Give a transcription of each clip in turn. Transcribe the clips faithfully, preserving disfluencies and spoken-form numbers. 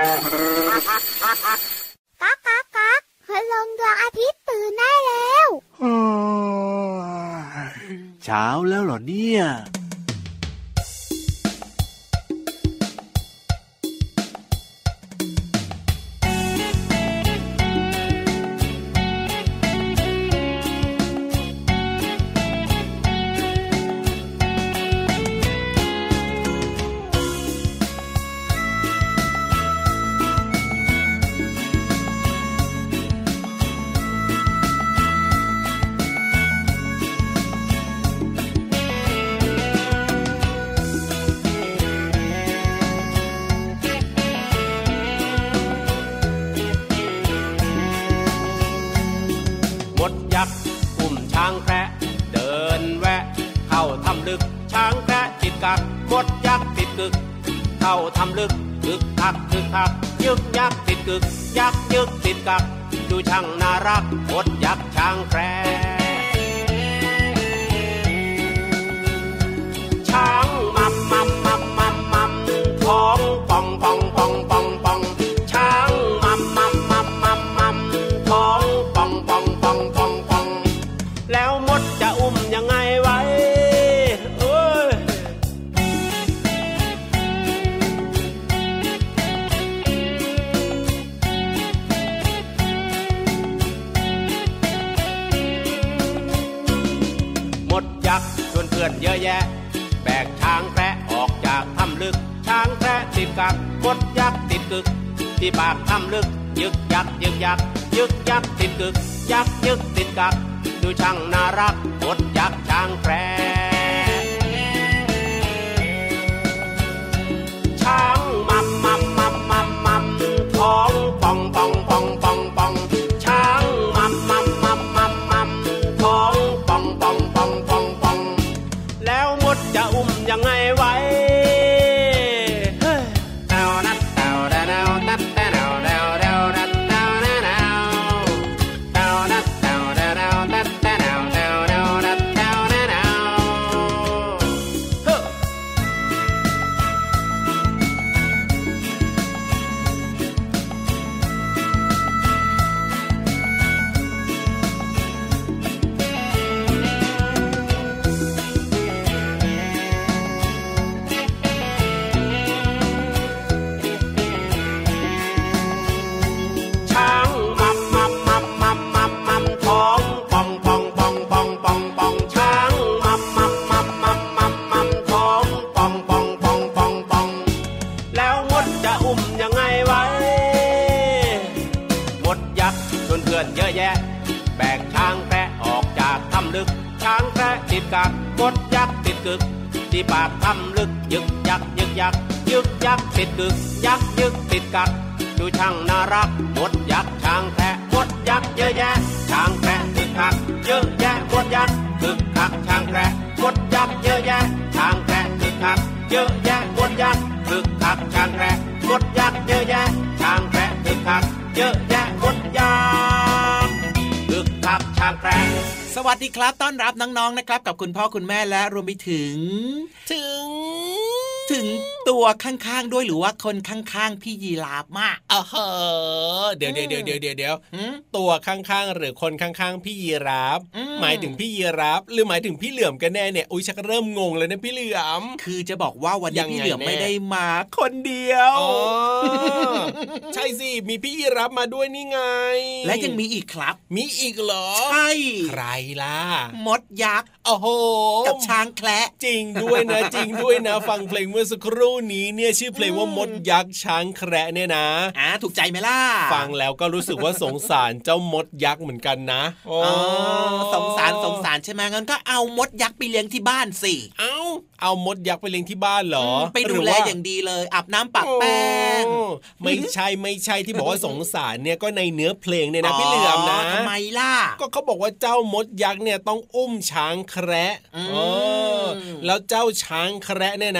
ก๊ากก๊ากก๊ากพลังดวงอาทิตย์ตื่นได้แล้วเช้าแล้วเหรอเนี่ยเข้าทำลึกคึกคักคึกคักยึกยักติดกึกยักยึกติดกักดูช่างน่ารักมดยักษ์ช้างแคระช้างมัมมัมมัมมัมมัมท้องป่องป่องป่องป่องป่องช้างมัมมัมมัมมัมมัมท้องป่องป่องป่องป่องป่องแล้วมดจะอุ้มยังไงไว้เยอะแยะแบกช้างแคระออกจากถ้ำลึกช้างแคระติดกักมดยักษ์ติดกึกที่ปากถ้ำลึกยึกยักยึกยักยึกยักติดกึกยักยึกติดกักดูช่างน่ารักมดยักษ์ช้างแคระช้างมัมมัมมัมมัมมัมท้องป่องป่องป่องป่องป่องช้างมัมมัมมัมมัมมัมท้องป่องป่องป่องป่องป่องแล้วมดจะอุ้มยังไงไว้เต่านัดเต่าดาเต่านัดเต่าเต่าเต่านัดเต่าเต่าเต่านัดเต่าเต่าเต่านัดเต่าเต่าเต่านัดเต่าเต่าเฮ้อเยอะแยะแบกช้างแคระออกจากถ้ำลึกช้างแคระติดกักมดยักษ์ติดกึกที่ปากถ้ำลึกยึกยักยึกยักยึกยักติดกึกยักยึกติดกักดูช่างน่ารักมดยักษ์ช้างแคระมดยักษ์เยอะแยะช้างแคระคึกคักเยอะแยะมดยักษ์คึกคักช้างแคระมดยักษ์เยอะแยะช้างแคระคึกคักเยอะแยะมดยักษ์คึกคักช้างแคระมดยักษ์เยอะแยะช้างแคระคึกคักเยอะแยะมดยักษ์คึกคักช้างแคระสวัสดีครับต้อนรับน้องๆนะครับกับคุณพ่อคุณแม่และรวมไปถึงถึงถึงตัวข้างๆด้วยหรือว่าคนข้างๆพี่ยีราฟมากเออเดี๋ยวเดี๋ยวเดี๋ยวเดี๋ยวเดี๋ยวเดี๋ยวตัวข้างๆหรือคนข้างๆพี่ยีราฟหมายถึงพี่ยีราฟหรือหมายถึงพี่เหลือมกันแน่เนี่ยอุ้ยชักเริ่มงงเลยนะพี่เหลือมคือจะบอกว่าวันนี้พี่เหลือมไม่ได้มาคนเดียวใช่สิมีพี่ยีราฟมาด้วยนี่ไงและยังมีอีกครับมีอีกเหรอใช่ใครล่ะมดยักษ์โอ้โหกับช้างแคระจริงด้วยนะจริงด้วยนะฟังเพลงเมื่อสักครู่นี้เนี่ยชื่อเพลงว่ามดยักษ์ช้างแคระเนี่ยนะอ่าถูกใจไหมล่ะฟังแล้วก็รู้สึกว่าสงสารเจ้ามดยักษ์เหมือนกันนะอ๋อสงสารสงสารใช่ไหมงั้นก็เอามดยักษ์ไปเลี้ยงที่บ้านสิเอาเอามดยักษ์ไปเลี้ยงที่บ้านเหรอไปดูแลอย่างดีเลยอาบน้ำปะแป้งไม่ใช่ไม่ใช่ที่บอกว่าสงสารเนี่ยก็ในเนื้อเพลงเนี่ยนะพี่เหลือมนะทำไมล่ะก็เขาบอกว่าเจ้ามดยักษ์เนี่ยต้องอุ้มช้างแคระอ๋อแล้วเจ้าช้างแคระเนี่ยนะ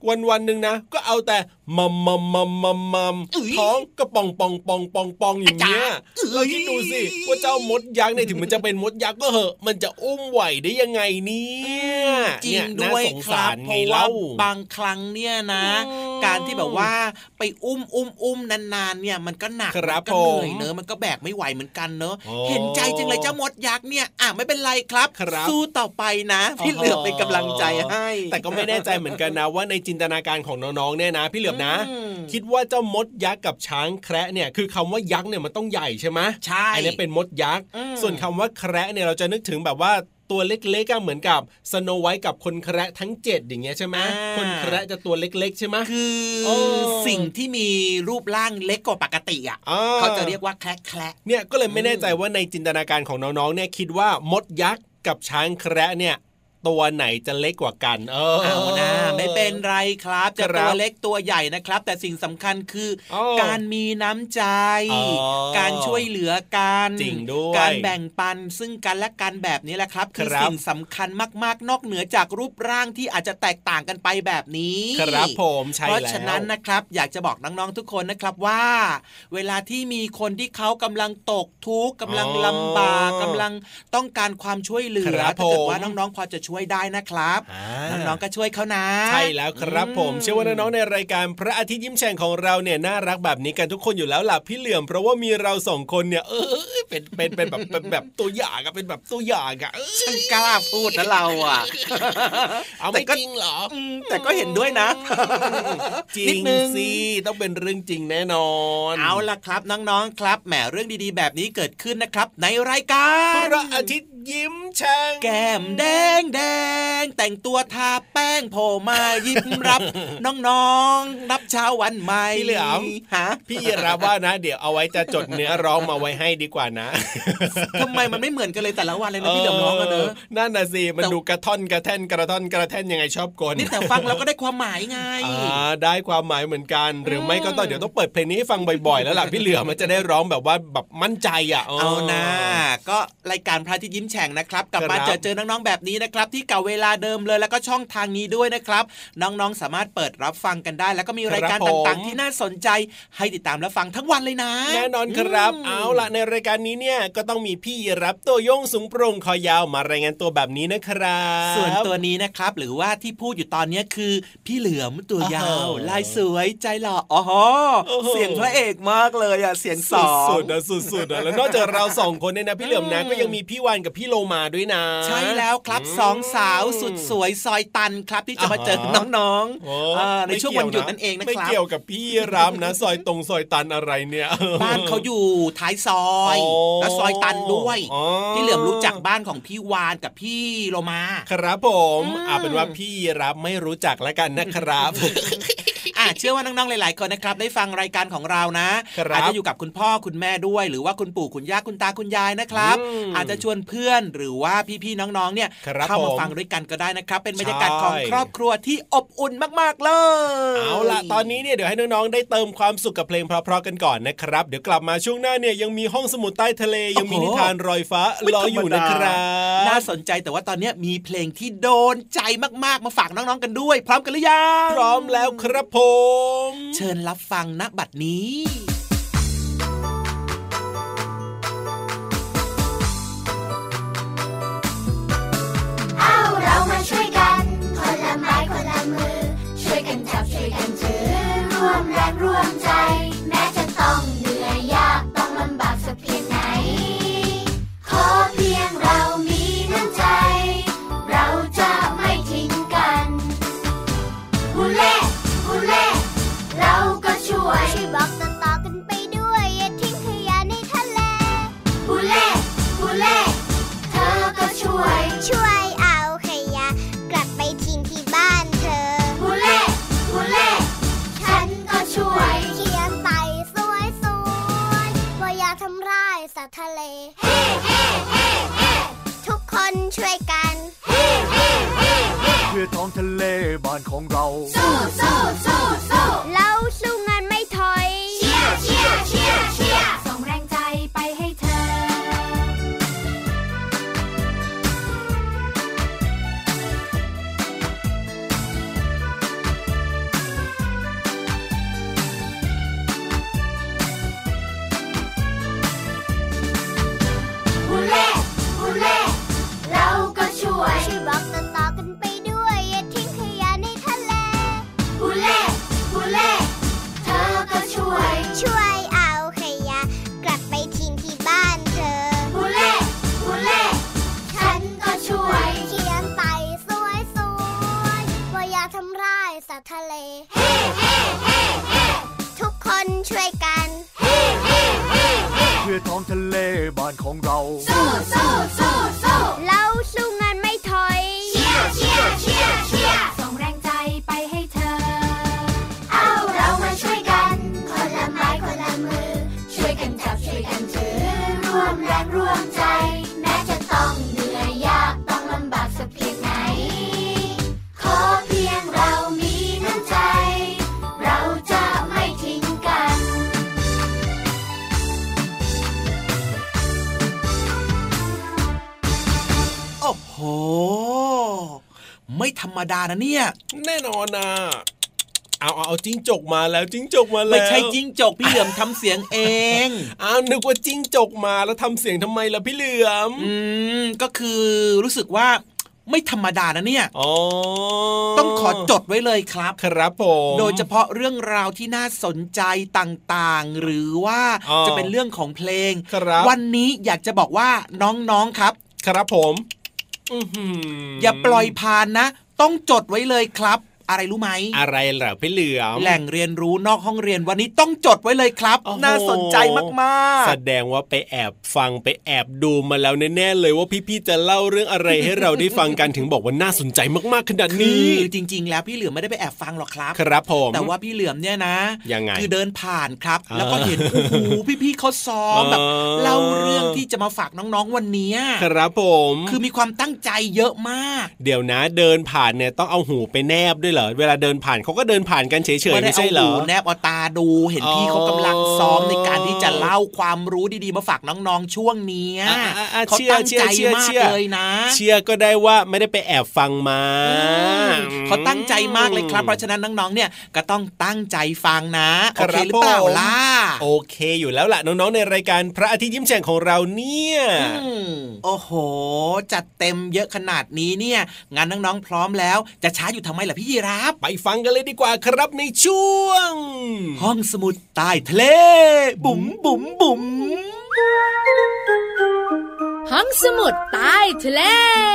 วันวันหนึ่งนะก็เอาแต่มัมมัมมัมมัมมัมท้องก็ป่องป่องป่องป่องป่องอย่างเงี้ยเราคิดดูสิว่าเจ้ามดยักษ์เนี่ยถึงมันจะเป็นมดยักษ์ก็เหอะมันจะอุ้มไหวได้ยังไงเนี่ยจริงด้วยครับเพราะว่าบางครั้งเนี่ยนะการที่แบบว่าไปอุ้มอุ้มอุ้มนานๆเนี่ยมันก็หนักมันก็เหนื่อยเนอะมันก็แบกไม่ไหวเหมือนกันเนอะเห็นใจจังเลยเจ้ามดยักษ์เนี่ยอ่ะไม่เป็นไรครับสู้ต่อไปนะพี่เหลือเป็นกำลังใจให้แต่ก็ไม่แน่ใจเหมือนกันนะว่าในจินตนาการของน้องๆเนี่ยนะพี่เหลือนะคิดว่าเจ้ามดยักษ์กับช้างแคระเนี่ยคือคำว่ายักษ์เนี่ยมันต้องใหญ่ใช่ไหมใช่อันนี้เป็นมดยักษ์ส่วนคำว่าแคระเนี่ยเราจะนึกถึงแบบว่าตัวเล็กๆก็เหมือนกับสโนไวท์กับคนแคระทั้งเจ็ดอย่างเงี้ยใช่ไหมคนแคระจะตัวเล็กๆใช่ไหมคือสิ่งที่มีรูปร่างเล็กกว่าปกติอ่ะเขาจะเรียกว่าแคระแคระเนี่ยก็เลยไม่แน่ใจว่าในจินตนาการของน้องๆเนี่ยคิดว่ามดยักษ์กับช้างแคระเนี่ยตัวไหนจะเล็กกว่ากันเออเอานะไม่เป็นไรครับจะตัวเล็กตัวใหญ่นะครับแต่สิ่งสำคัญคือการมีน้ำใจการช่วยเหลือกันการแบ่งปันซึ่งกันและกันแบบนี้แหละครับคือสิ่งสำคัญมากๆนอกเหนือจากรูปร่างที่อาจจะแตกต่างกันไปแบบนี้ครับผมใช่แล้วเพราะฉะนั้นนะครับอยากจะบอกน้องๆทุกคนนะครับว่าเวลาที่มีคนที่เขากำลังตกทุกข์กำลังลำบากกำลังต้องการความช่วยเหลือถ้าเกิดว่าน้องๆพอจะช่วยได้นะครับน้องๆก็ช่วยเขานะใช่แล้วครับผมเชื่อว่าน้องๆในรายการพระอาทิตย์ยิ้มแฉ่งของเราเนี่ยน่ารักแบบนี้กันทุกคนอยู่แล้วล่ะพี่เหลื่อมเพราะว่ามีเราสองคนเนี่ยเออเป็นเป็นเป็นแบบเป็นแบบตัวอย่างอะเป็นแบบตัวอย่างอะฉันกล้าพูดนะเราอะเอาไม่จริงเหรอแต่ก็เห็นด้วยนะจริงสิต้องเป็นเรื่องจริงแน่นอนเอาล่ะครับน้องๆครับแหมเรื่องดีๆแบบนี้เกิดขึ้นนะครับในรายการพระอาทิตย์ยิ้มแฉ่งแก้มแดงแดงแต่งตัวทาแป้งโผล่มายิ้มรับน้องๆรับเช้าวันใหม่พี่เหลือมฮะพี่รับว่านะเดี๋ยวเอาไว้จะจดเนื้อร้องมาไว้ให้ดีกว่านะทำไมมันไม่เหมือนกันเลยแต่ละวันเลยนะพี่เหลือมร้องกันเนอะนั่นน่ะสิมันดูกระท่อนกระแท่นกระท่อนกระแท่นยังไงชอบกลนี่แต่ฟังแล้วก็ได้ความหมายไงอ่าได้ความหมายเหมือนกันหรือไม่ก็ต้องเดี๋ยวต้องเปิดเพลงนี้ให้ฟังบ่อยๆแล้วล่ะพี่เหลือมมันจะได้ร้องแบบว่าแบบมั่นใจอ่ะเอานะก็รายการพระอาทิตย์ยิ้มแฉ่งนะครับกลับมาเจอเจอน้องๆแบบนี้นะครับที่เก่าเวลาเดิมเลยแล้วก็ช่องทางนี้ด้วยนะครับน้องๆสามารถเปิดรับฟังกันได้แล้วก็มีรายการต่างๆที่น่าสนใจให้ติดตามและฟังทั้งวันเลยนะแน่นอนครับเอาล่ะในรายการนี้เนี่ยก็ต้องมีพี่รับตัวโยงสูงโปร่งคอยาวมารายงานตัวแบบนี้นะครับส่วนตัวนี้นะครับหรือว่าที่พูดอยู่ตอนนี้คือพี่เหลือมตัวยาวลายสวยใจหล่ออ๋อเสียงพระเอกมากเลยอ่ะเสียงสองสุดๆนะสุดๆแล้วนอกจากเราสองคนเนี่ยนะพี่เหลือมนะก็ยังมีพี่วานกับพี่โลมาด้วยนะใช่แล้วครับสองสาวสุดสวยซอยตันครับที่จะมาเจอน้องๆในช่วงวันหยุดนั่นเองนะครับไม่เกี่ยวกับพี่รำนะซอยตรงซอยตันอะไรเนี่ยบ้านเขาอยู่ท้ายซอยแล้วซอยตันด้วยพี่เหลือมรู้จักบ้านของพี่วานกับพี่โลมาครับผมเอาเป็นว่าพี่รับไม่รู้จักแล้วกันนะครับอ่ะเชื่อว่าน้องๆหลายๆคนนะครับได้ฟังรายการของเรานะอาจจะอยู่กับคุณพ่อคุณแม่ด้วยหรือว่าคุณปู่คุณย่าคุณตาคุณยายนะครับอาจจะชวนเพื่อนหรือว่าพี่ๆน้องๆเนี่ยเข้ามาฟังด้วยกันก็ได้นะครับเป็นบรรยากาศของครอบครัวที่อบอุ่นมากๆเลยเอาล่ะตอนนี้เนี่ยเดี๋ยวให้น้องๆได้เติมความสุขกับเพลงเพราะๆกันก่อนนะครับเดี๋ยวกลับมาช่วงหน้าเนี่ยยังมีห้องสมุดใต้ทะเลยังมีนิทานรอยฟ้ารออยู่นะครับน่าสนใจแต่ว่าตอนนี้มีเพลงที่โดนใจมากๆมาฝากน้องๆกันด้วยพร้อมกันหรือยังพร้อมแล้วครับผมเชิญรับฟังณบัดนี้เอาเรามาช่วยกันคนละไม้คนละมือช่วยกันจับช่วยกันถือร่วมแรงร่วมใจแม้จะต้องเหนื่อยยากต้องลำบากสักเพียงไหนขอเพียงเรามีน้ำใจเราจะไม่ทิ้งกันฮูเล่ฮูเล่เราก็ช่วยช่วยบอกต่อๆกันไปด้วยอย่าทิ้งขยะในทะเลฮูเล่ฮูเล่เธอก็ช่วยช่วยเอาขยะกลับไปทิ้งที่บ้านเธอฮูเล่ฮูเล่ฉันก็ช่วยเขียนไปสวยๆว่าอย่าทำร้ายสัตว์ทะเลเฮ้เฮ้เฮ้เฮ้ทุกคนช่วยกันเฮ้เฮ้เฮ้เฮ้เพื่อท้องทะเลบ้านของเราสู้สู้สู้สู้เราสู้งานไม่ถอยเชียร์เชียร์เชียร์เชียร์ส่งแรงใจไปให้เธอคนช่วยกันเพื่อท้องทะเลบ้านของเราสู้สู้สู้สู้เราสู้งานไม่ถอยเชียร์เชียร์เชียร์เชียร์ส่งแรงใจไปให้เธอเอาเรามาช่วยกันคนละไม้คนละมือช่วยกันจับช่วยกันถือร่วมแรงร่วมใจแม้จะต้องเหนื่อยยากต้องลำบากสักเพียงไหนขอเพียงเรามีน้ำใจเราจะไม่ทิ้งกันโอ้โหไม่ธรรมดานะเนี่ยแน่นอนนะเอาเอาเอาจิ้งจกมาแล้วจิ้งจกมาแล้วไม่ใช่จิ้งจกพี่เหลือมทำเสียงเองอ้าวนึกว่าจิ้งจกมาแล้วทำเสียงทำไมล่ะพี่เหลือมอืมก็คือรู้สึกว่าไม่ธรรมดานะเนี่ยอ๋อต้องขอจดไว้เลยครับครับผมโดยเฉพาะเรื่องราวที่น่าสนใจต่างๆหรือว่าจะเป็นเรื่องของเพลงวันนี้อยากจะบอกว่าน้องๆครับครับผมอย่าปล่อยผ่านนะต้องจดไว้เลยครับอะไรรู้ไหมอะไรเหรอพี่เหลือมแหล่งเรียนรู้นอกห้องเรียนวันนี้ต้องจดไว้เลยครับน่าสนใจมากๆแสดงว่าไปแอบฟังไปแอบดูมาแล้วแน่ๆเลยว่าพี่ๆจะเล่าเรื่องอะไรให้เราได้ฟังกันถึงบอกว่าน่าสนใจมากๆขนาดนี้คือจริงๆแล้วพี่เหลือมไม่ได้ไปแอบฟังหรอกครับครับผมแต่ว่าพี่เหลือมเนี่ยนะยังไงคือเดินผ่านครับแล้วก็เห็นโอ้โหพี่ๆเขาซ้อมแบบเล่าเรื่องที่จะมาฝากน้องๆวันนี้ครับผมคือมีความตั้งใจเยอะมากเดี๋ยวนะเดินผ่านเนี่ยต้องเอาหูไปแนบด้วยเหรอเวลาเดินผ่านเขาก็เดินผ่านกันเฉยๆไม่ใช่เหรอแนบเอาตาดูเห็นพี่เขากำลังซ้อมในการที่จะเล่าความรู้ดีๆมาฝากน้องๆช่วงนี้เขาตั้งใจมากเลยนะเชื่อก็ได้ว่าไม่ได้ไปแอบฟังมาเขาตั้งใจมากเลยครับเพราะฉะนั้นน้องๆเนี่ยก็ต้องตั้งใจฟังนะโอเคหรือเปล่าล่ะโอเคอยู่แล้วล่ะน้องๆในรายการพระอาทิตย์ยิ้มแฉ่งของเราเนี่ยโอ้โหจัดเต็มเยอะขนาดนี้เนี่ยงานน้องๆพร้อมแล้วจะช้าอยู่ทำไมล่ะพี่ยีราฟไปฟังกันเลยดีกว่าครับในช่วงห้องสมุดใต้ทะเลบุ๋มบุ๋มบุ๋มห้องสมุดใต้ทะเล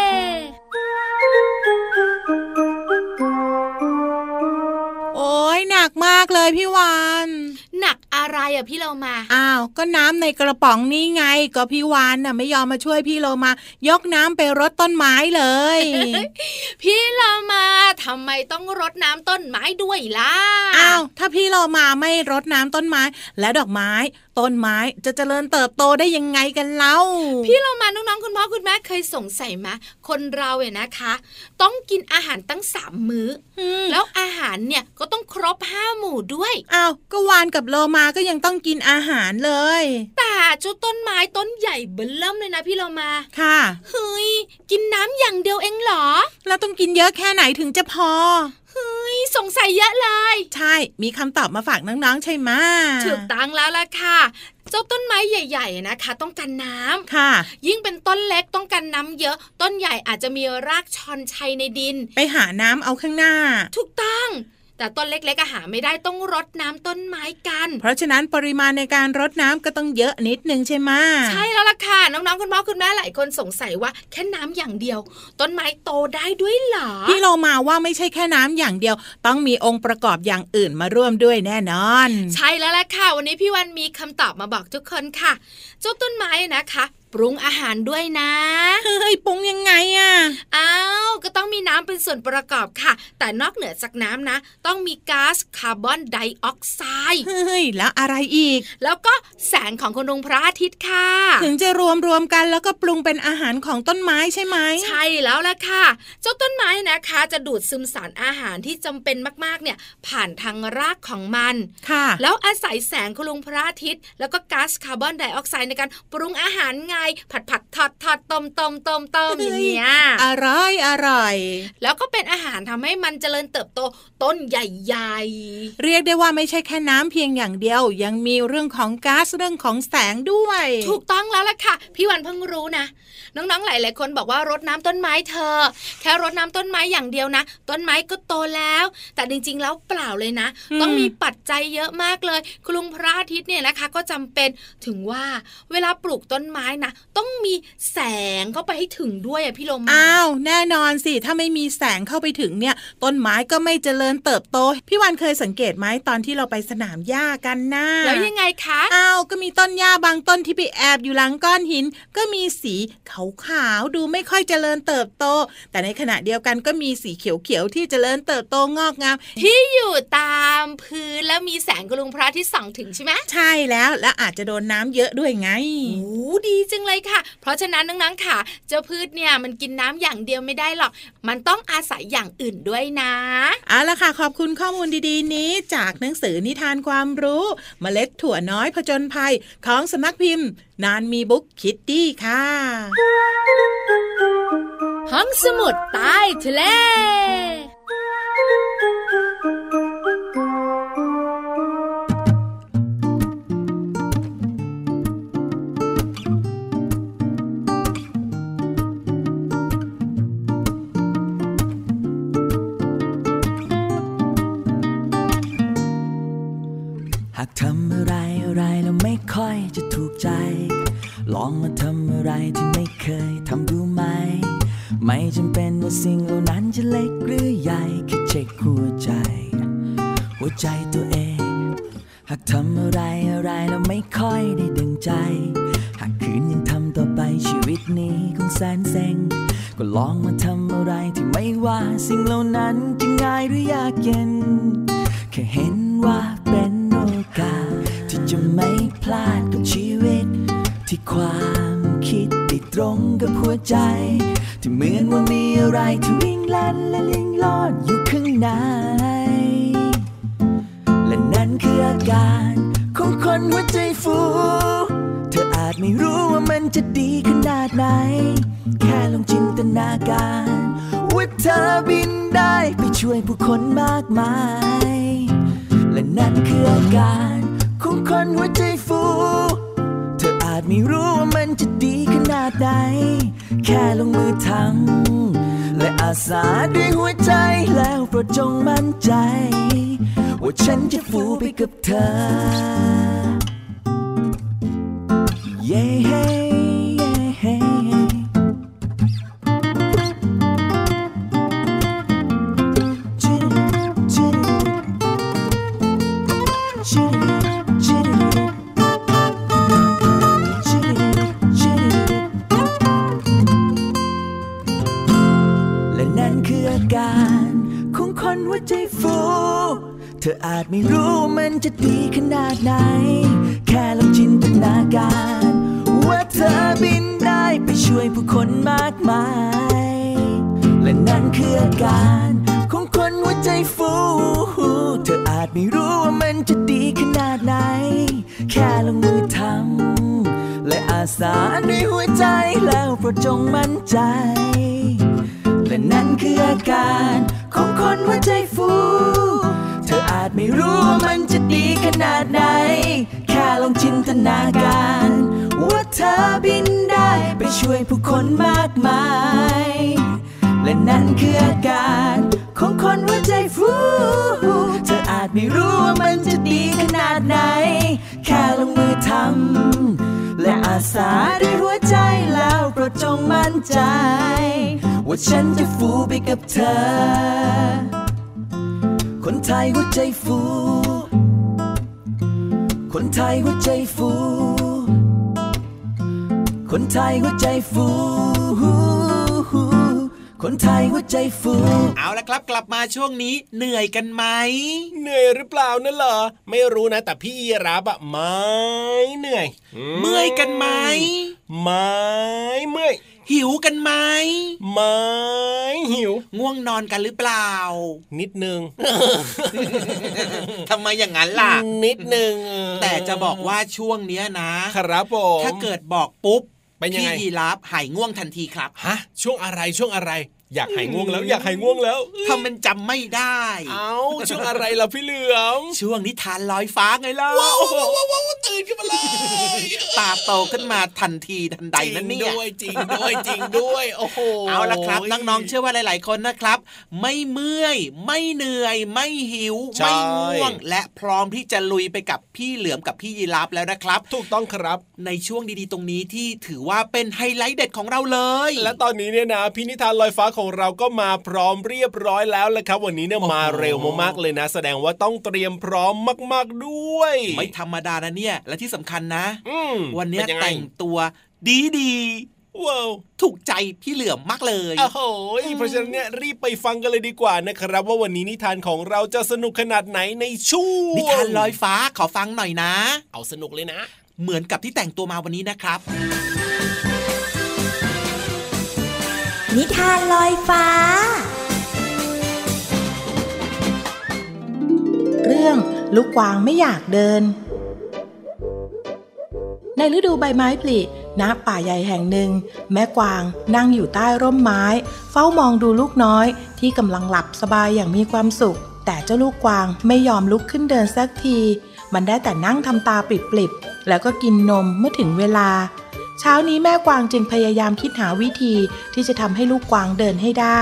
โอ้ยหนักมากเลยพี่วานหนักอะไรอ่ะพี่เรามาอ้าวก็น้ำในกระป๋องนี่ไงก็พี่วานน่ะไม่ยอมมาช่วยพี่เรามายกน้ำไปรดต้นไม้เลยพี่เรามาทำไมต้องรดน้ำต้นไม้ด้วยล่ะอ้าวถ้าพี่เรามาไม่รดน้ำต้นไม้และดอกไม้ต้นไม้จะเจริญเติบโตได้ยังไงกันเล่าพี่เรามาน้องๆคุณพ่อคุณแม่เคยสงสัยไหมคนเราเนี่ยนะคะต้องกินอาหารตั้งสามมื้อแล้วอาหารเนี่ยก็ต้องครบห้าหมู่ด้วยอ้าวก็วานกับโลมาก็ยังต้องกินอาหารเลยแต่เจ้าต้นไม้ต้นใหญ่เบิ่มเริ่มเลยนะพี่เรามาค่ะเฮ้ยกินน้ำอย่างเดียวเองเหรอแล้วต้องกินเยอะแค่ไหนถึงจะพอเฮ้ยสงสัยเยอะเลยใช่มีคำตอบมาฝากน้องๆใช่ไหมถูกต้องแล้วล่ะค่ะเจ้าต้นไม้ใหญ่ๆนะคะต้องการน้ำค่ะยิ่งเป็นต้นเล็กต้องการน้ำเยอะต้นใหญ่อาจจะมีรากชอนชัยในดินไปหาน้ำเอาข้างหน้าถูกต้องแต่ต้นเล็กๆหาไม่ได้ต้องรดน้ำต้นไม้กันเพราะฉะนั้นปริมาณในการรดน้ำก็ต้องเยอะนิดนึงใช่ไหมใช่แล้วล่ะค่ะน้องๆคุณพ่อคุณแม่หลายคนสงสัยว่าแค่น้ำอย่างเดียวต้นไม้โตได้ด้วยเหรอพี่เรามาว่าไม่ใช่แค่น้ำอย่างเดียวต้องมีองค์ประกอบอย่างอื่นมาร่วมด้วยแน่นอนใช่แล้วล่ะค่ะวันนี้พี่วันมีคำตอบมาบอกทุกคนค่ะเจ้าต้นไม้นะคะปรุงอาหารด้วยนะเฮ้ยปรุงยังไงอ่ะอ้าวก็ต้องมีน้ำเป็นส่วนประกอบค่ะแต่นอกเหนือจากน้ำนะต้องมีก๊าซคาร์บอนไดออกไซด์เฮ้ยแล้วอะไรอีกแล้วก็แสงของคุณดวงพระอาทิตย์ค่ะถึงจะรวมรวมกันแล้วก็ปรุงเป็นอาหารของต้นไม้ใช่ไหมใช่แล้วล่ะค่ะเจ้าต้นไม้นะคะจะดูดซึมสารอาหารที่จำเป็นมากๆเนี่ยผ่านทางรากของมันค่ะแล้วอาศัยแสงคุณดวงพระอาทิตย์แล้วก็ก๊าซคาร์บอนไดออกไซด์ในการปรุงอาหารไงผัดผัดทอดทอดต้มต้มต้มต้มอย่างเงี้ยอร่อยอร่อยแล้วก็เป็นอาหารทำให้มันเจริญเติบโตต้นใหญ่ๆเรียกได้ว่าไม่ใช่แค่น้ำเพียงอย่างเดียวยังมีเรื่องของก๊าซเรื่องของแสงด้วยถูกต้องแล้วล่ะค่ะพี่วันเพิ่งรู้นะน้องๆหลายๆคนบอกว่ารดน้ำต้นไม้เธอแค่รดน้ำต้นไม้อย่างเดียวนะต้นไม้ก็โตแล้วแต่จริงๆแล้วเปล่าเลยนะต้องมีปัจจัยเยอะมากเลยคุณลุงพระอาทิตย์เนี่ยนะคะก็จำเป็นถึงว่าเวลาปลูกต้นไม้นะนะต้องมีแสงเข้าไปให้ถึงด้วยอ่ะพี่โลมาอ้าวแน่นอนสิถ้าไม่มีแสงเข้าไปถึงเนี่ยต้นไม้ก็ไม่เจริญเติบโตพี่วันเคยสังเกตไหมตอนที่เราไปสนามหญ้ากันนะแล้วยังไงคะอ้าวก็มีต้นหญ้าบางต้นที่ไปแอบอยู่หลังก้อนหินก็มีสีขาวๆดูไม่ค่อยเจริญเติบโตแต่ในขณะเดียวกันก็มีสีเขียวๆที่เจริญเติบโตงอกงามที่อยู่ตามพื้นแล้วมีแสงกระลุงพระอาทิตย์ส่องถึงใช่ไหมใช่แล้วและอาจจะโดนน้ำเยอะด้วยไงโอ้ดีจังเลยค่ะเพราะฉะนั้นน้องๆค่ะเจ้าพืชเนี่ยมันกินน้ำอย่างเดียวไม่ได้หรอกมันต้องอาศัยอย่างอื่นด้วยนะเอาล่ะค่ะขอบคุณข้อมูลดีๆนี้จากหนังสือนิทานความรู้เมล็ดถั่วน้อยผจญภัยของสำนักพิมพ์นานมีบุ๊กคิตตี้ค่ะห้องสมุดใต้ทะเลหากทำอะไรอะไรแล้วไม่ค่อยจะถูกใจลองมาทำอะไรที่ไม่เคยทำดูไหมไม่จำเป็นว่าสิ่งเหล่านั้นจะเล็กหรือใหญ่แค่เช็คหัวใจหัวใจตัวเองหากทำอะไรอะไรแล้วไม่ค่อยได้ดังใจหากคืนยังทำต่อไปชีวิตนี้คงแสนเซ็งก็ลองมาทำอะไรที่ไม่ว่าสิ่งเหล่านั้นจะง่ายหรือยากเย็นแค่เห็นว่าเป็นโอกาสที่จะไม่พลาดกับชีวิตที่ความคิดติดตรงกับหัวใจที่เหมือนว่ามีอะไรที่วิ่งลันและลิงลอดอยู่ข้างในและนั่นคืออาการของคนหัวใจฟูเธออาจไม่รู้ว่ามันจะดีขนาดไหนแค่ลองจินตนาการว่าเธอบินได้ไปช่วยผู้คนมากมายและนั่นคืออาการของคนหัวใจฟูเธออาจไม่รู้ว่ามันจะดีขนาดไหนแค่ลงมือทำและอาสาด้วยหัวใจแล้วโปรดจงมั่นใจว่าฉันจะฟูไปกับเธอเย้เฮ้เฮ้เธออาจไม่รู้มันจะดีขนาดไหนแค่ลองจินตนาการว่าเธอบินได้ไปช่วยผู้คนมากมายและนั่นคืออาการของคนหัวใจฟูเธออาจไม่รู้ว่ามันจะดีขนาดไหนแค่ลงมือทำและอาสาด้วยหัวใจแล้วโปรดจงมั่นใจและนั่นคืออาการของคนหัวใจฟูเธออาจไม่รู้ว่ามันจะดีขนาดไหนแค่ลองจินตนาการว่าเธอบินได้ไปช่วยผู้คนมากมายและนั่นคืออาการของคนหัวใจฟูเธออาจไม่รู้ว่ามันจะดีขนาดไหนแค่ลงมือทำและอาสาด้วยหัวใจแล้วโปรดจงมั่นใจว่าฉันจะฟูไปกับเธอคนไทยหัวใจฟูคนไทยหัวใจฟูคนไทยหัวใจฟูคนไทยหัวใจฟูเอาละครับกลับมาช่วงนี้เหนื่อยกันไหมเหนื่อยหรือเปล่านั่นเหรอไม่รู้นะแต่พี่ยีราฟอะไม่เหนื่อยเมื่อยกันไหมไม่เมื่อยหิวกันไหมไม่หิวง่วงนอนกันหรือเปล่านิดนึงทำไมอย่างนั้นล่ะนิดนึงแต่จะบอกว่าช่วงเนี้ยนะครับผมถ้าเกิดบอกปุ๊บเป็นยังไงพี่ยีราฟหายง่วงทันทีครับฮะช่วงอะไรช่วงอะไรอยากหายง่วงแล้วอยากหายง่วงแล้วทำมันจำไม่ได้เอ้าช่วงอะไรล่ะพี่เหลือมช่วงนิทานลอยฟ้าไงล่ะว้าวว้าวว้าวตตื่นขึ้นมาเลยตาโตขึ้นมาทันทีทันใดนั่นเนี่ยด้วยจริงด้วยจริงด้วยโอ้โหเอาละครับน้องๆเชื่อว่าหลายๆคนนะครับไม่เมื่อยไม่เหนื่อยไม่หิวไม่ง่วงและพร้อมที่จะลุยไปกับพี่เหลือมกับพี่ยีราฟแล้วนะครับถูกต้องครับในช่วงดีๆตรงนี้ที่ถือว่าเป็นไฮไลท์เด็ดของเราเลยและตอนนี้เนี่ยนะพี่นิทานลอยฟ้าของเราก็มาพร้อมเรียบร้อยแล้วละครับวันนี้เนี่ยมาเร็วมากๆเลยนะแสดงว่าต้องเตรียมพร้อมมากๆด้วยไม่ธรรมดานะเนี่ยและที่สำคัญนะวันนี้แต่งตัวดีๆว้าวถูกใจพี่เหลือมมากเลยโอ้โหเพราะฉะนั้นเนี่ยรีบไปฟังกันเลยดีกว่านะครับว่าวันนี้นิทานของเราจะสนุกขนาดไหนในช่วงนิทานลอยฟ้าขอฟังหน่อยนะเอาสนุกเลยนะเหมือนกับที่แต่งตัวมาวันนี้นะครับนิทานลอยฟ้าเรื่องลูกกวางไม่อยากเดินในฤดูใบไม้ผลิณป่าใหญ่แห่งหนึ่งแม่กวางนั่งอยู่ใต้ร่มไม้เฝ้ามองดูลูกน้อยที่กำลังหลับสบายอย่างมีความสุขแต่เจ้าลูกกวางไม่ยอมลุกขึ้นเดินสักทีมันได้แต่นั่งทำตาปริบๆแล้วก็กินนมเมื่อถึงเวลาเช้านี้แม่กวางจึงพยายามคิดหาวิธีที่จะทำให้ลูกกวางเดินให้ได้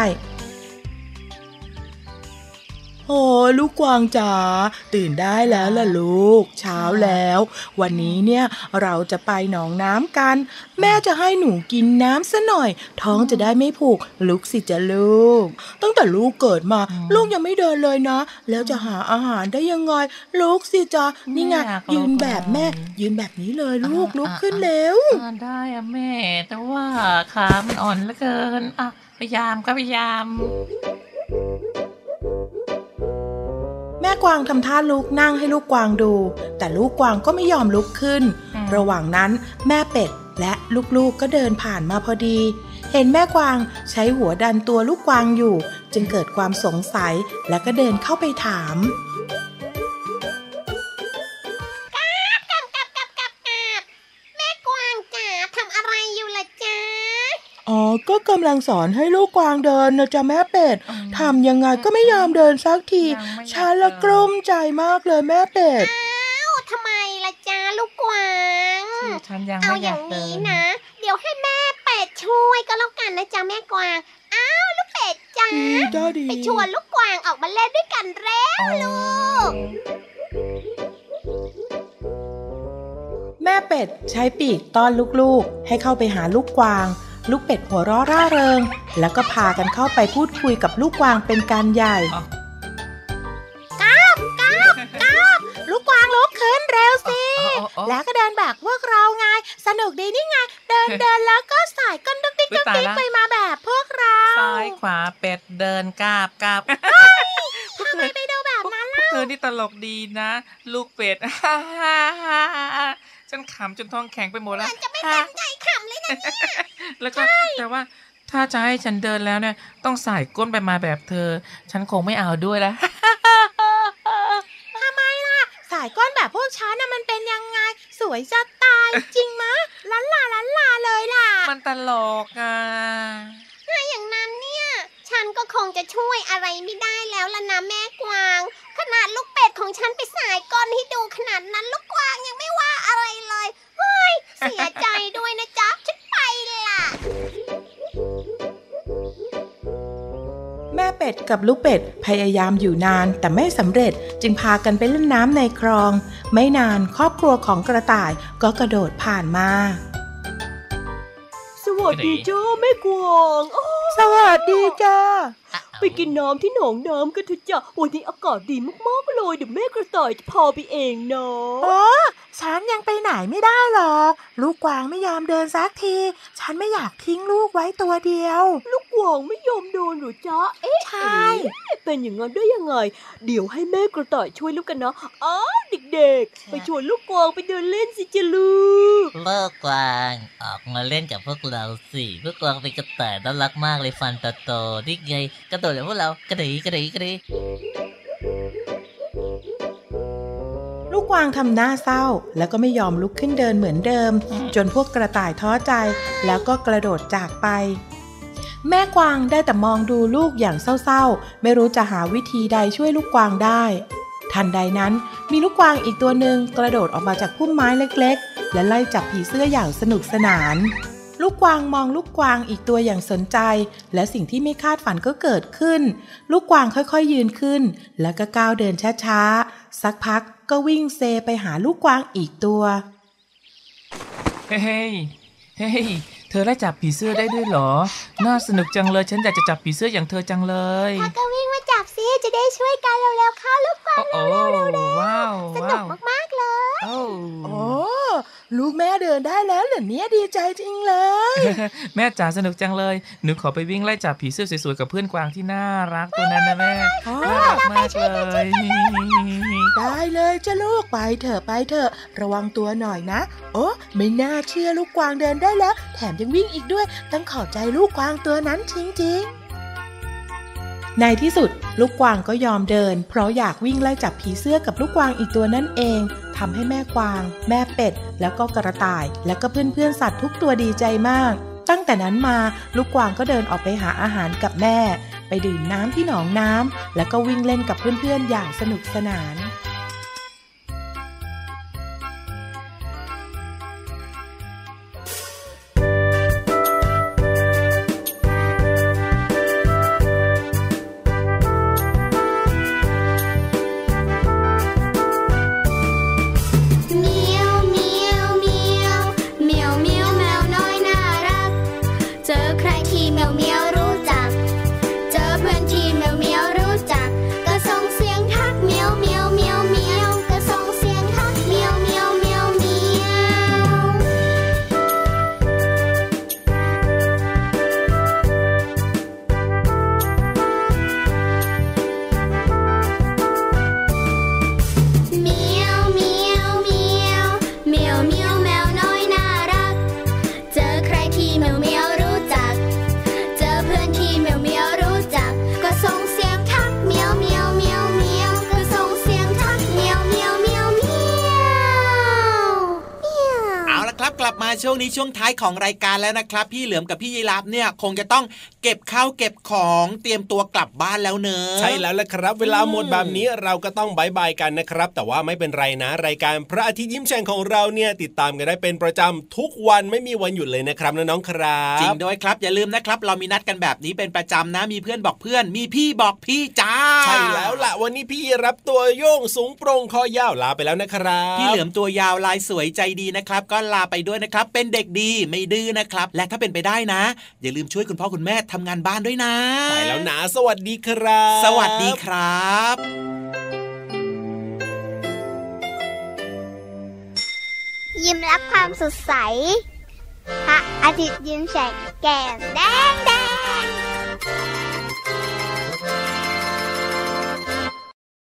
โอ้ลูกกวางจ๋าตื่นได้แล้วล่ะลูกเช้าแล้ววันนี้เนี่ยเราจะไปหนองน้ำกันแม่จะให้หนูกินน้ำซะหน่อยท้องจะได้ไม่ผูกลุกสิจ้ะลูกตั้งแต่ลูกเกิดมาลูกยังไม่เดินเลยนะแล้วจะหาอาหารได้ยังไงลุกสิจ้ะนี่ไงยืนแบบแม่ยืนแบบนี้เลยลูกลุกขึ้นเร็วได้อะแม่แต่ว่าขามันอ่อนเหลือเกินอ่ะพยายามก็พยายามแม่กวางทำท่าลุกนั่งให้ลูกกวางดูแต่ลูกกวางก็ไม่ยอมลุกขึ้นระหว่างนั้นแม่เป็ดและลูกๆก็เดินผ่านมาพอดีเห็นแม่กวางใช้หัวดันตัวลูกกวางอยู่จึงเกิดความสงสัยและก็เดินเข้าไปถามอ๋อก็กำลังสอนให้ลูกกวางเดินนะจ๊ะแม่เป็ดทำยังไงก็ไม่ยอมเดินสักทีฉันละกลุ้มใจมากเลยแม่เป็ดอ้าวทำไมล่ะจ๊ะลูกกวางเอาอย่างนี้นะเดี๋ยวให้แม่เป็ดช่วยก็แล้วกันนะจ๊ะแม่กวางอ้าวลูกเป็ดจ๊ะไปชวนลูกกวางออกมาเล่นด้วยกันแล้วลูกแม่เป็ดใช้ปีกต้อนลูกๆให้เข้าไปหาลูกกวางลูกเป็ดหัวเราะร่าเริงแล้วก็พากันเข้าไปพูดคุยกับลูกกวางเป็นการใหญ่ก้าวก้าวก้าวลูกกวางลุกขึ้นเร็วสิแล้วก็เดินแบบพวกเราไงสนุกดีนี่ไงเดินเดินแล้วก็สายก้นดุ๊กดิ๊กดุ๊กดิ๊กไปมาแบบพวกเราซ้ายขวาเป็ดเดินกราบกราบทำไมไม่ดูแบบนั้นล่ะเธอนี่ตลกดีนะลูกเป็ดฉันขำจนท้องแข็งไปหมดแล้วจะไม่ตั้งใจขำเลยนะเนี่ยแล้วก็แต่ว่าถ้าจะให้ฉันเดินแล้วเนี่ยต้องสายก้นไปมาแบบเธอฉันคงไม่เอาด้วยแล้วทำไมล่ะสายก้นแบบพวกฉันน่ะมันเป็นยังไงสวยจะตายจริงมะลันลาลันลาเลยล่ะมันตลกอ่ะถ้าอย่างนั้นเนี่ยฉันก็คงจะช่วยอะไรไม่ได้แล้วล่ะนะแม่กวางขนาดลูกเป็ดของฉันไปสายก้นให้ดูขนาดนั้นลูกกวางยังไม่ว่าอะไรเลยเฮ้ยเสียใจด้วยนะจ๊ะฉันไปล่ะแม่เป็ดกับลูกเป็ดพยายามอยู่นานแต่ไม่สำเร็จจึงพากันไปเล่นน้ำในคลองไม่นานครอบครัวของกระต่ายก็กระโดดผ่านมาสวัสดีจ้าแม่กวางสวัสดีจ้าไปกินน้ำที่หนองน้ำกันเถอะจ้ะวันนี้อากาศดีมากๆเลยเดี๋ยวแม่กระต่ายจะพาไปเองเนาะอ๋อฉันยังไปไหนไม่ได้หรอกลูกกวางไม่ยอมเดินสักทีฉันไม่อยากทิ้งลูกไว้ตัวเดียวลูกกวางไม่ยอมเดินหรอจ๊ะเอ๊ะใช่เป็นอย่างนั้นได้ยังไงเดี๋ยวให้แม่กระต่ายช่วยลูกกันนะอ๋อเด็กๆไปชวนลูกกวางไปเดินเล่นสิจ๊ะลูกลูกกวางออกมาเล่นกับพวกเราสิลูกกวางเป็นกระต่ายน่ารักมากเลยฟันโตๆนี่ไงกระโดดอย่างพวกเรากระดิกระดิกระดิลูกกวางทำหน้าเศร้าแล้วก็ไม่ยอมลุกขึ้นเดินเหมือนเดิมจนพวกกระต่ายท้อใจแล้วก็กระโดดจากไปแม่กวางได้แต่มองดูลูกอย่างเศร้าๆไม่รู้จะหาวิธีใดช่วยลูกกวางได้ทันใดนั้นมีลูกกวางอีกตัวหนึ่งกระโดดออกมาจากพุ่มไม้เล็กๆและไล่จับผีเสื้ออย่างสนุกสนานลูกกวางมองลูกกวางอีกตัวอย่างสนใจและสิ่งที่ไม่คาดฝันก็เกิดขึ้นลูกกวางค่อยๆยืนขึ้นแล้วก็ก้าวเดินช้าๆสักพักก็วิ่งเซไปหาลูกกวางอีกตัวเฮ้ยเฮ้ยเธอไล่จับผีเสื้อได้ด้วยเหรอน่าสนุกจังเลยฉันอยากจะจับผีเสื้ออย่างเธอจังเลยถ้าก็วิ่งมาจับสิจะได้ช่วยกันเร็วๆเข้าลูกกวางเร็วๆเร็วๆสนุกมากๆเลยโอ้ลูกแม่เดินได้แล้วเหรอเนี่ยดีใจจริงเลยแม่จ๋าสนุกจังเลยหนูขอไปวิ่งไล่จับผีเสื้อสวยๆกับเพื่อนกวางที่น่ารักตัวนั้นนะแม่น่ารักมากเลยได้เลยจ้ะลูกไปเถอะไปเถอะระวังตัวหน่อยนะโอ้ไม่น่าเชื่อลูกกวางเดินได้แล้วแถมยังวิ่งอีกด้วยต้องขอบใจลูกกวางตัวนั้นจริงๆในที่สุดลูกกวางก็ยอมเดินเพราะอยากวิ่งไล่จับผีเสื้อกับลูกกวางอีกตัวนั่นเองทำให้แม่กวางแม่เป็ดแล้วก็กระต่ายแล้วก็เพื่อนๆสัตว์ทุกตัวดีใจมากตั้งแต่นั้นมาลูกกวางก็เดินออกไปหาอาหารกับแม่ไปดื่มน้ำที่หนองน้ำแล้วก็วิ่งเล่นกับเพื่อนๆอย่างสนุกสนานช่วงนี้ช่วงท้ายของรายการแล้วนะครับพี่เหลือมกับพี่ยีราฟเนี่ยคงจะต้องเก็บข้าวเก็บของเตรียมตัวกลับบ้านแล้วเนอะใช่แล้วละครับเวลาหมดแบบนี้เราก็ต้องบายบายกันนะครับแต่ว่าไม่เป็นไรนะรายการพระอาทิตย์ยิ้มแฉ่งของเราเนี่ยติดตามกันได้เป็นประจำทุกวันไม่มีวันหยุดเลยนะครับน้องๆครับจริงด้วยครับอย่าลืมนะครับเรามีนัดกันแบบนี้เป็นประจำนะมีเพื่อนบอกเพื่อนมีพี่บอกพี่จ้าใช่แล้วล่ะวันนี้พี่รับตัวโยงสูงโปร่งคอยาวลาไปแล้วนะครับพี่เหลือมตัวยาวลายสวยใจดีนะครับก็ลาไปด้วยนะครับเป็นเด็กดีไม่ดื้อนะครับและถ้าเป็นไปได้นะอย่าลืมช่วยคุณพ่อคุณแม่ทำงานบ้านด้วยนะใช่แล้วนะสวัสดีครับสวัสดีครับยิ้มรับความสดใสพระอาทิตย์ยิ้มแฉกแก้มแดงแด